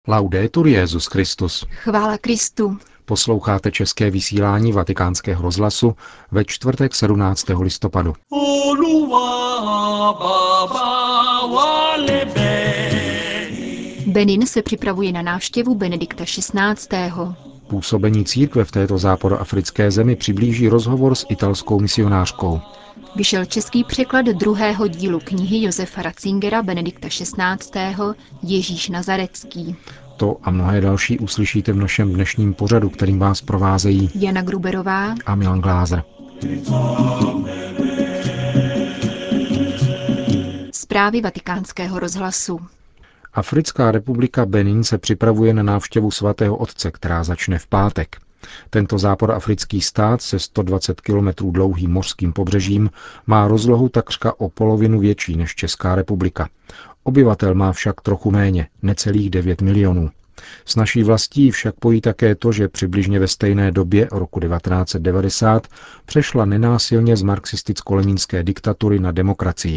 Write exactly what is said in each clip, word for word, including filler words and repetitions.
Laudetur Jesus Christus. Chvála Kristu. Posloucháte české vysílání Vatikánského rozhlasu ve čtvrtek sedmnáctého listopadu. Benin se připravuje na návštěvu Benedikta šestnáctého. Působení církve v této západoafrické zemi přiblíží rozhovor s italskou misionářkou. Vyšel český překlad druhého dílu knihy Josefa Ratzingera Benedikta šestnáctého. Ježíš Nazarecký. To a mnohé další uslyšíte v našem dnešním pořadu, kterým vás provázejí Jana Gruberová a Milan Glázer. Zprávy Vatikánského rozhlasu. Africká republika Benin se připravuje na návštěvu svatého otce, která začne v pátek. Tento západoafrický stát se sto dvacet kilometrů dlouhým mořským pobřežím má rozlohu takřka o polovinu větší než Česká republika. Obyvatel má však trochu méně, necelých devět milionů. S naší vlastí však pojí také to, že přibližně ve stejné době roku devatenáct set devadesát přešla nenásilně z marxisticko-leninské diktatury na demokracii.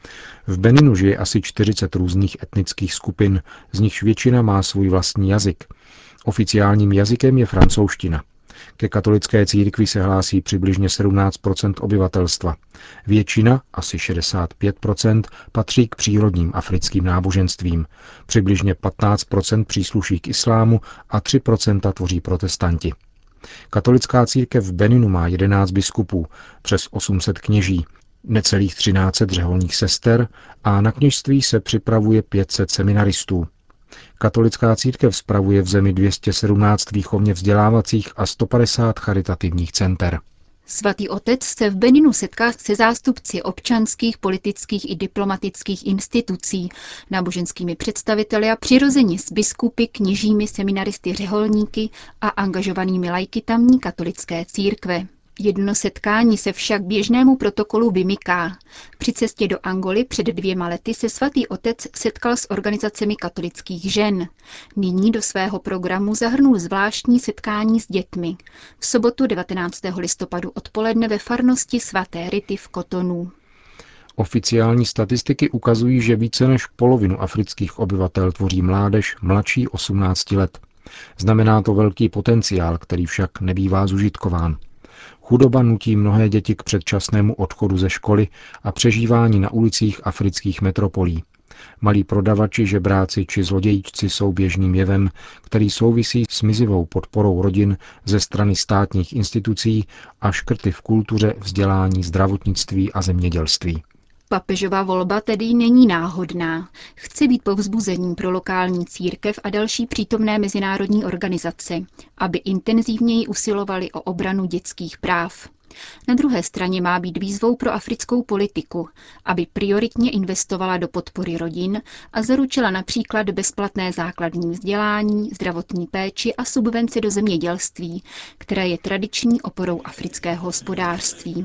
V Beninu žije asi čtyřicet různých etnických skupin, z nichž většina má svůj vlastní jazyk. Oficiálním jazykem je francouzština. Ke katolické církvi se hlásí přibližně sedmnáct procent obyvatelstva. Většina, asi šedesát pět procent, patří k přírodním africkým náboženstvím. Přibližně patnáct procent přísluší k islámu a tři procenta tvoří protestanti. Katolická církev v Beninu má jedenáct biskupů, přes osm set kněží, necelých třináct set řeholních sester a na kněžství se připravuje pět set seminaristů. Katolická církev spravuje v zemi dvě stě sedmnáct výchovně vzdělávacích a sto padesát charitativních center. Svatý otec se v Beninu setká se zástupci občanských, politických i diplomatických institucí, náboženskými představiteli a přirozeně s biskupy, kněžími, seminaristy, řeholníky a angažovanými laiky tamní katolické církve. Jedno setkání se však běžnému protokolu vymyká. Při cestě do Angoly před dvěma lety se svatý otec setkal s organizacemi katolických žen. Nyní do svého programu zahrnul zvláštní setkání s dětmi. V sobotu devatenáctého listopadu odpoledne ve farnosti svaté Rity v Kotonu. Oficiální statistiky ukazují, že více než polovinu afrických obyvatel tvoří mládež mladší osmnácti let. Znamená to velký potenciál, který však nebývá zužitkován. Chudoba nutí mnohé děti k předčasnému odchodu ze školy a přežívání na ulicích afrických metropolí. Malí prodavači, žebráci či zlodějčci jsou běžným jevem, který souvisí s mizivou podporou rodin ze strany státních institucí a škrty v kultuře, vzdělání, zdravotnictví a zemědělství. Papežova volba tedy není náhodná. Chce být povzbuzením pro lokální církev a další přítomné mezinárodní organizace, aby intenzivněji usilovali o obranu dětských práv. Na druhé straně má být výzvou pro africkou politiku, aby prioritně investovala do podpory rodin a zaručila například bezplatné základní vzdělání, zdravotní péči a subvence do zemědělství, které je tradiční oporou afrického hospodářství.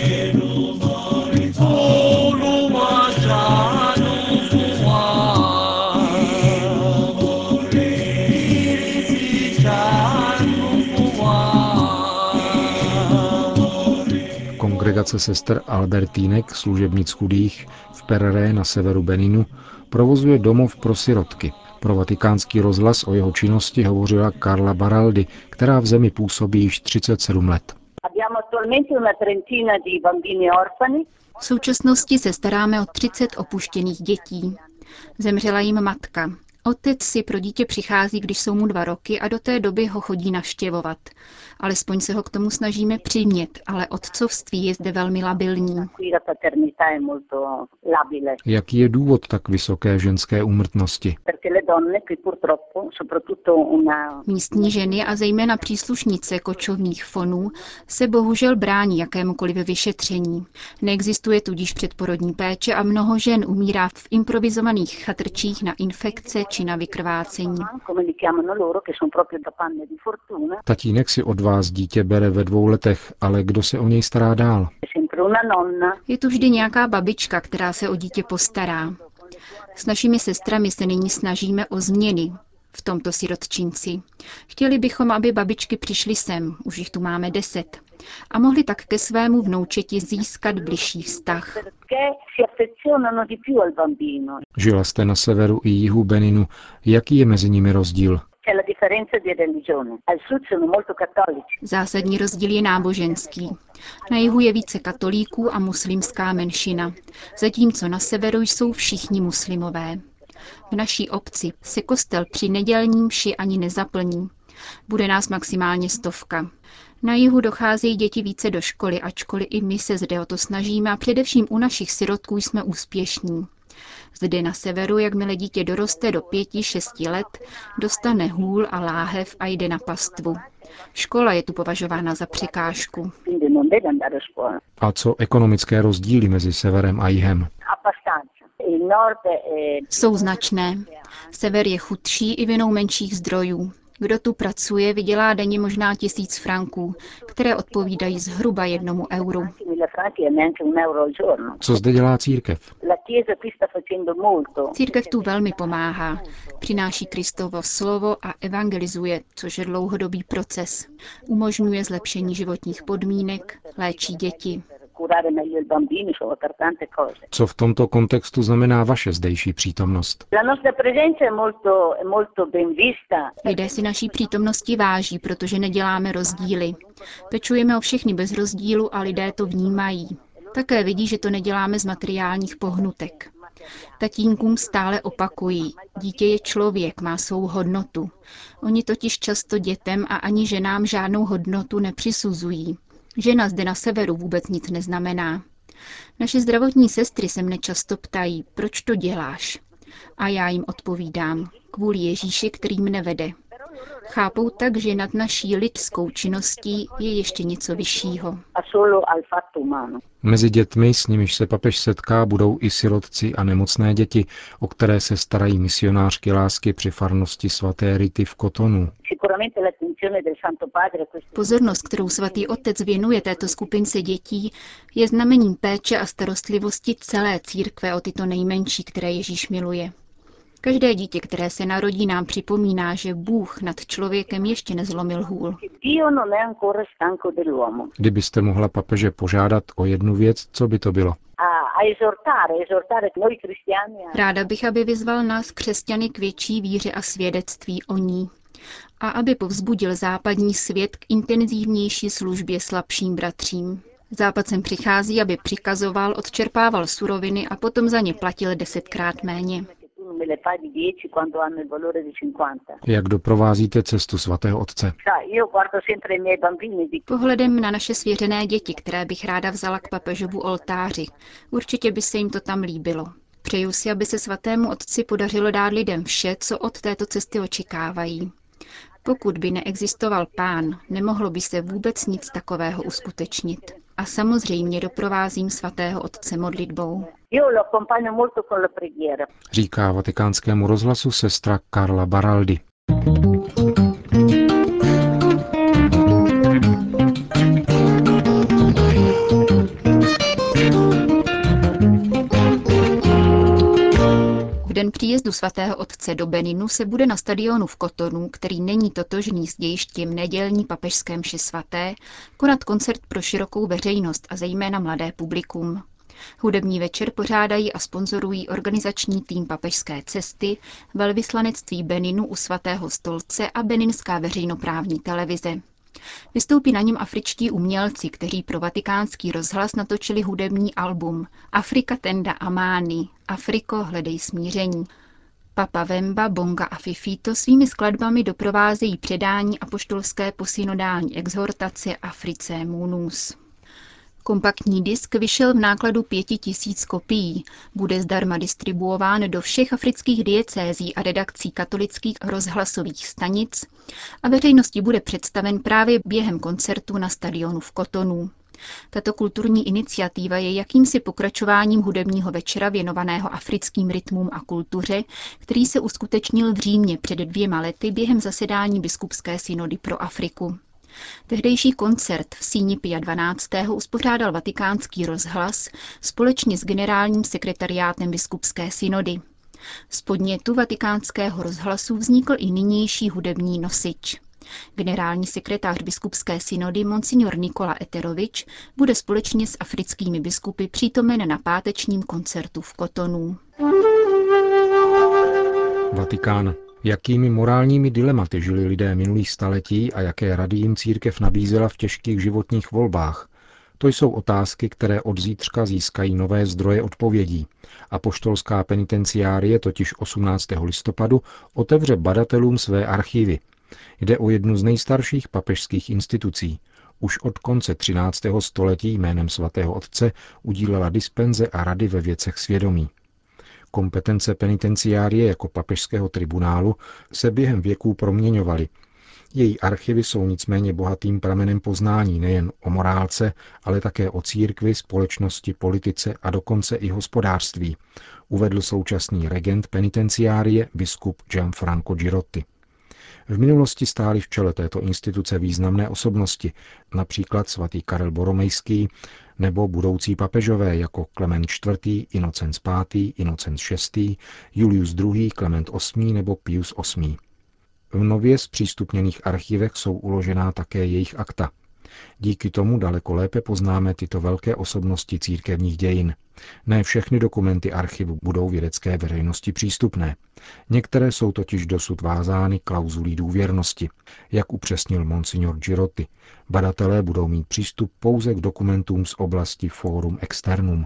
Kongregace sester Albertínek, služebnic chudých v Perere na severu Beninu, provozuje domov pro sirotky. Pro Vatikánský rozhlas o jeho činnosti hovořila Carla Baraldi, která v zemi působí již třicet sedm let. V současnosti se staráme o třicet opuštěných dětí. Zemřela jim matka. Otec si pro dítě přichází, když jsou mu dva roky a do té doby ho chodí navštěvovat. Alespoň se ho k tomu snažíme přimět, ale otcovství je zde velmi labilní. Jaký je důvod tak vysoké ženské úmrtnosti? Místní ženy a zejména příslušnice kočovných fonů se bohužel brání jakémukoliv vyšetření. Neexistuje tudíž předporodní péče a mnoho žen umírá v improvizovaných chatrčích na infekce či na vykrvácení. Tatínek si od vás dítě bere ve dvou letech, ale kdo se o něj stará dál? Je tu vždy nějaká babička, která se o dítě postará. S našimi sestrami se nyní snažíme o změny. v tomto sirotčinci. Chtěli bychom, aby babičky přišly sem, už jich tu máme deset, a mohli tak ke svému vnoučeti získat bližší vztah. Žila jste na severu i jihu Beninu. Jaký je mezi nimi rozdíl? Zásadní rozdíl je náboženský. Na jihu je více katolíků a muslimská menšina, zatímco na severu jsou všichni muslimové. V naší obci se kostel při nedělní mši ani nezaplní. Bude nás maximálně stovka. Na jihu docházejí děti více do školy, ačkoliv i my se zde o to snažíme a především u našich sirotků jsme úspěšní. Zde na severu, jakmile dítě doroste do pěti, šesti let, dostane hůl a láhev a jde na pastvu. Škola je tu považována za překážku. A co ekonomické rozdíly mezi severem a jihem? Jsou značné. Sever je chudší i vinou menších zdrojů. Kdo tu pracuje, vydělá denně možná tisíc franků, které odpovídají zhruba jednomu euru. Co zde dělá církev? Církev tu velmi pomáhá. Přináší Kristovo slovo a evangelizuje, což je dlouhodobý proces. Umožňuje zlepšení životních podmínek, léčí děti. Co v tomto kontextu znamená vaše zdejší přítomnost? Lidé si naší přítomnosti váží, protože neděláme rozdíly. Pečujeme o všechny bez rozdílu a lidé to vnímají. Také vidí, že to neděláme z materiálních pohnutek. Tatínkům stále opakují, dítě je člověk, má svou hodnotu. Oni totiž často dětem a ani ženám žádnou hodnotu nepřisuzují. Žena zde na severu vůbec nic neznamená. Naše zdravotní sestry se mne často ptají, proč to děláš? A já jim odpovídám, kvůli Ježíši, který mne vede. Chápou tak, že nad naší lidskou činností je ještě něco vyššího. Mezi dětmi, s nimiž se papež setká, budou i sirotci a nemocné děti, o které se starají misionářky lásky při farnosti svaté Rity v Cotonu. Pozornost, kterou svatý otec věnuje této skupince dětí, je znamením péče a starostlivosti celé církve o tyto nejmenší, které Ježíš miluje. Každé dítě, které se narodí, nám připomíná, že Bůh nad člověkem ještě nezlomil hůl. Kdybyste mohla papeže požádat o jednu věc, co by to bylo? Ráda bych, aby vyzval nás křesťany k větší víře a svědectví o ní. A aby povzbudil západní svět k intenzivnější službě slabším bratřím. Západ sem přichází, aby přikazoval, odčerpával suroviny a potom za ně platil desetkrát méně. Jak doprovázíte cestu svatého otce? Pohledem na naše svěřené děti, které bych ráda vzala k papežovu oltáři. Určitě by se jim to tam líbilo. Přeju si, aby se svatému otci podařilo dát lidem vše, co od této cesty očekávají. Pokud by neexistoval Pán, nemohlo by se vůbec nic takového uskutečnit. A samozřejmě doprovázím svatého otce modlitbou. Říká Vatikánskému rozhlasu sestra Carla Baraldi. V den příjezdu svatého otce do Beninu se bude na stadionu v Cotonu, který není totožný s dějištěm nedělní papežské mše svaté, konat koncert pro širokou veřejnost a zejména mladé publikum. Hudební večer pořádají a sponzorují organizační tým papežské cesty, velvyslanectví Beninu u svatého stolce a beninská veřejnoprávní televize. Vystoupí na něm afričtí umělci, kteří pro vatikánský rozhlas natočili hudební album Afrika Tenda Amani, Afriko, hledej smíření. Papa Wemba, Bonga a Fifito svými skladbami doprovázejí předání apoštolské posynodální exhortace Africe Munus. Kompaktní disk vyšel v nákladu pěti tisíc kopií, bude zdarma distribuován do všech afrických diecézí a redakcí katolických rozhlasových stanic a veřejnosti bude představen právě během koncertu na stadionu v Cotonu. Tato kulturní iniciativa je jakýmsi pokračováním hudebního večera věnovaného africkým rytmům a kultuře, který se uskutečnil v Římě před dvěma lety během zasedání biskupské synody pro Afriku. Tehdejší koncert v síni Pia dvanáctého uspořádal Vatikánský rozhlas společně s generálním sekretariátem biskupské synody. Z podnětu Vatikánského rozhlasu vznikl i nynější hudební nosič. Generální sekretář biskupské synody Monsignor Nikola Eterovič bude společně s africkými biskupy přítomen na pátečním koncertu v Kotonu. Vatikán. Jakými morálními dilematy žili lidé minulých staletí a jaké rady jim církev nabízela v těžkých životních volbách? To jsou otázky, které od zítřka získají nové zdroje odpovědí. Apoštolská penitenciárie totiž osmnáctého listopadu otevře badatelům své archivy. Jde o jednu z nejstarších papežských institucí. Už od konce třináctého století jménem svatého otce udílela dispenze a rady ve věcech svědomí. Kompetence penitenciárie jako papežského tribunálu se během věků proměňovaly. Její archivy jsou nicméně bohatým pramenem poznání nejen o morálce, ale také o církvi, společnosti, politice a dokonce i hospodářství, uvedl současný regent penitenciárie biskup Gianfranco Girotti. V minulosti stály v čele této instituce významné osobnosti, například svatý Karel Boromejský nebo budoucí papežové jako Klement čtvrtý, Inocenc pátý, Inocenc šestý, Julius druhý, Klement osmý nebo Pius osmý. V nově zpřístupněných archivech jsou uložená také jejich akta. Díky tomu daleko lépe poznáme tyto velké osobnosti církevních dějin. Ne všechny dokumenty archivu budou vědecké veřejnosti přístupné. Některé jsou totiž dosud vázány klauzulí důvěrnosti. Jak upřesnil monsignor Girotti, badatelé budou mít přístup pouze k dokumentům z oblasti Forum Externum.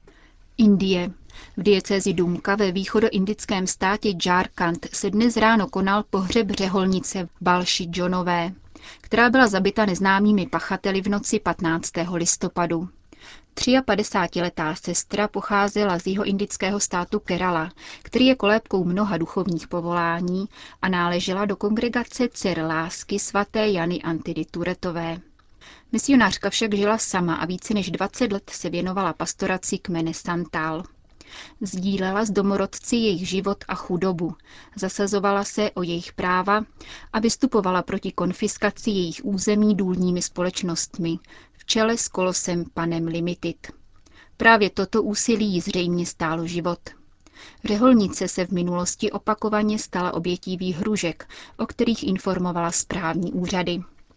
Indie. V diecézi Dumka ve východoindickém státě Jharkhand se dnes ráno konal pohřeb řeholnice Balši Johnové, která byla zabita neznámými pachateli v noci patnáctého listopadu. padesátitříletá sestra pocházela z jihoindického státu Kerala, který je kolébkou mnoha duchovních povolání, a náležela do kongregace Dcer lásky svaté Jany Antidy Turetové. Misionářka však žila sama a více než dvacet let se věnovala pastoraci kmene Santal. Sdílela s domorodci jejich život a chudobu, zasazovala se o jejich práva a vystupovala proti konfiskaci jejich území důlními společnostmi, v čele s kolosem Panem Limited. Právě toto úsilí jí zřejmě stálo život. Řeholnice se v minulosti opakovaně stala obětí výhružek, o kterých informovala správní úřady.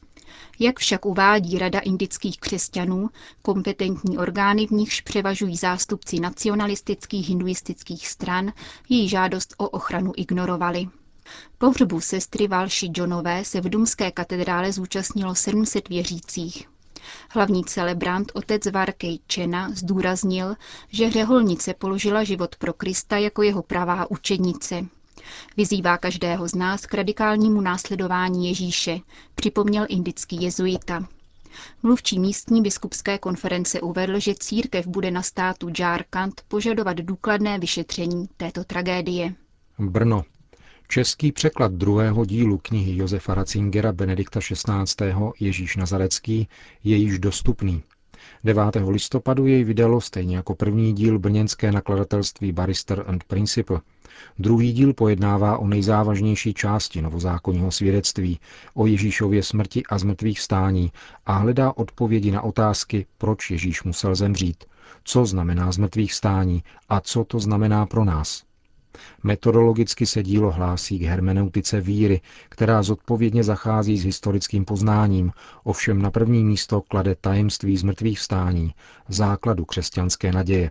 Jak však uvádí Rada indických křesťanů, kompetentní orgány, v nichž převažují zástupci nacionalistických hinduistických stran, její žádost o ochranu ignorovali. Pohřbu sestry Balši Johnové se v Dumské katedrále zúčastnilo sedm set věřících. Hlavní celebrant otec Varkej Čena zdůraznil, že řeholnice položila život pro Krista jako jeho pravá učednice. Vyzývá každého z nás k radikálnímu následování Ježíše, připomněl indický jezuita. Mluvčí místní biskupské konference uvedl, že církev bude na státu Jharkhand požadovat důkladné vyšetření této tragédie. Brno. Český překlad druhého dílu knihy Josefa Ratzingera Benedikta šestnáctého. Ježíš Nazarecký je již dostupný. devátého listopadu jej vydalo stejně jako první díl brněnské nakladatelství Barrister and Principal. Druhý díl pojednává o nejzávažnější části novozákonního svědectví, o Ježíšově smrti a zmrtvýchvstání a hledá odpovědi na otázky, proč Ježíš musel zemřít, co znamená zmrtvýchvstání a co to znamená pro nás. Metodologicky se dílo hlásí k hermeneutice víry, která zodpovědně zachází s historickým poznáním, ovšem na první místo klade tajemství zmrtvýchvstání, základu křesťanské naděje.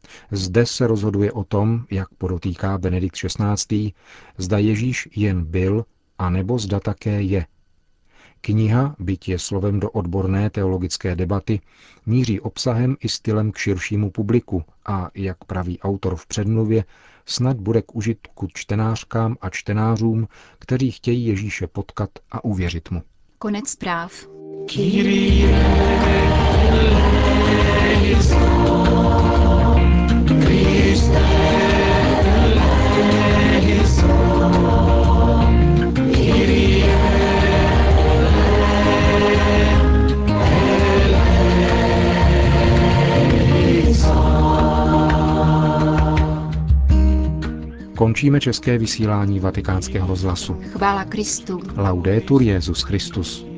Zde se rozhoduje o tom, jak podotýká Benedikt šestnáctý. Zda Ježíš jen byl, anebo zda také je. Kniha, byť je slovem do odborné teologické debaty, míří obsahem i stylem k širšímu publiku a, jak praví autor v předmluvě, snad bude k užitku čtenářkám a čtenářům, kteří chtějí Ježíše potkat a uvěřit mu. Konec zpráv. Končíme české vysílání Vatikánského rozhlasu. Chvála Kristu. Laudetur Jesus Christus.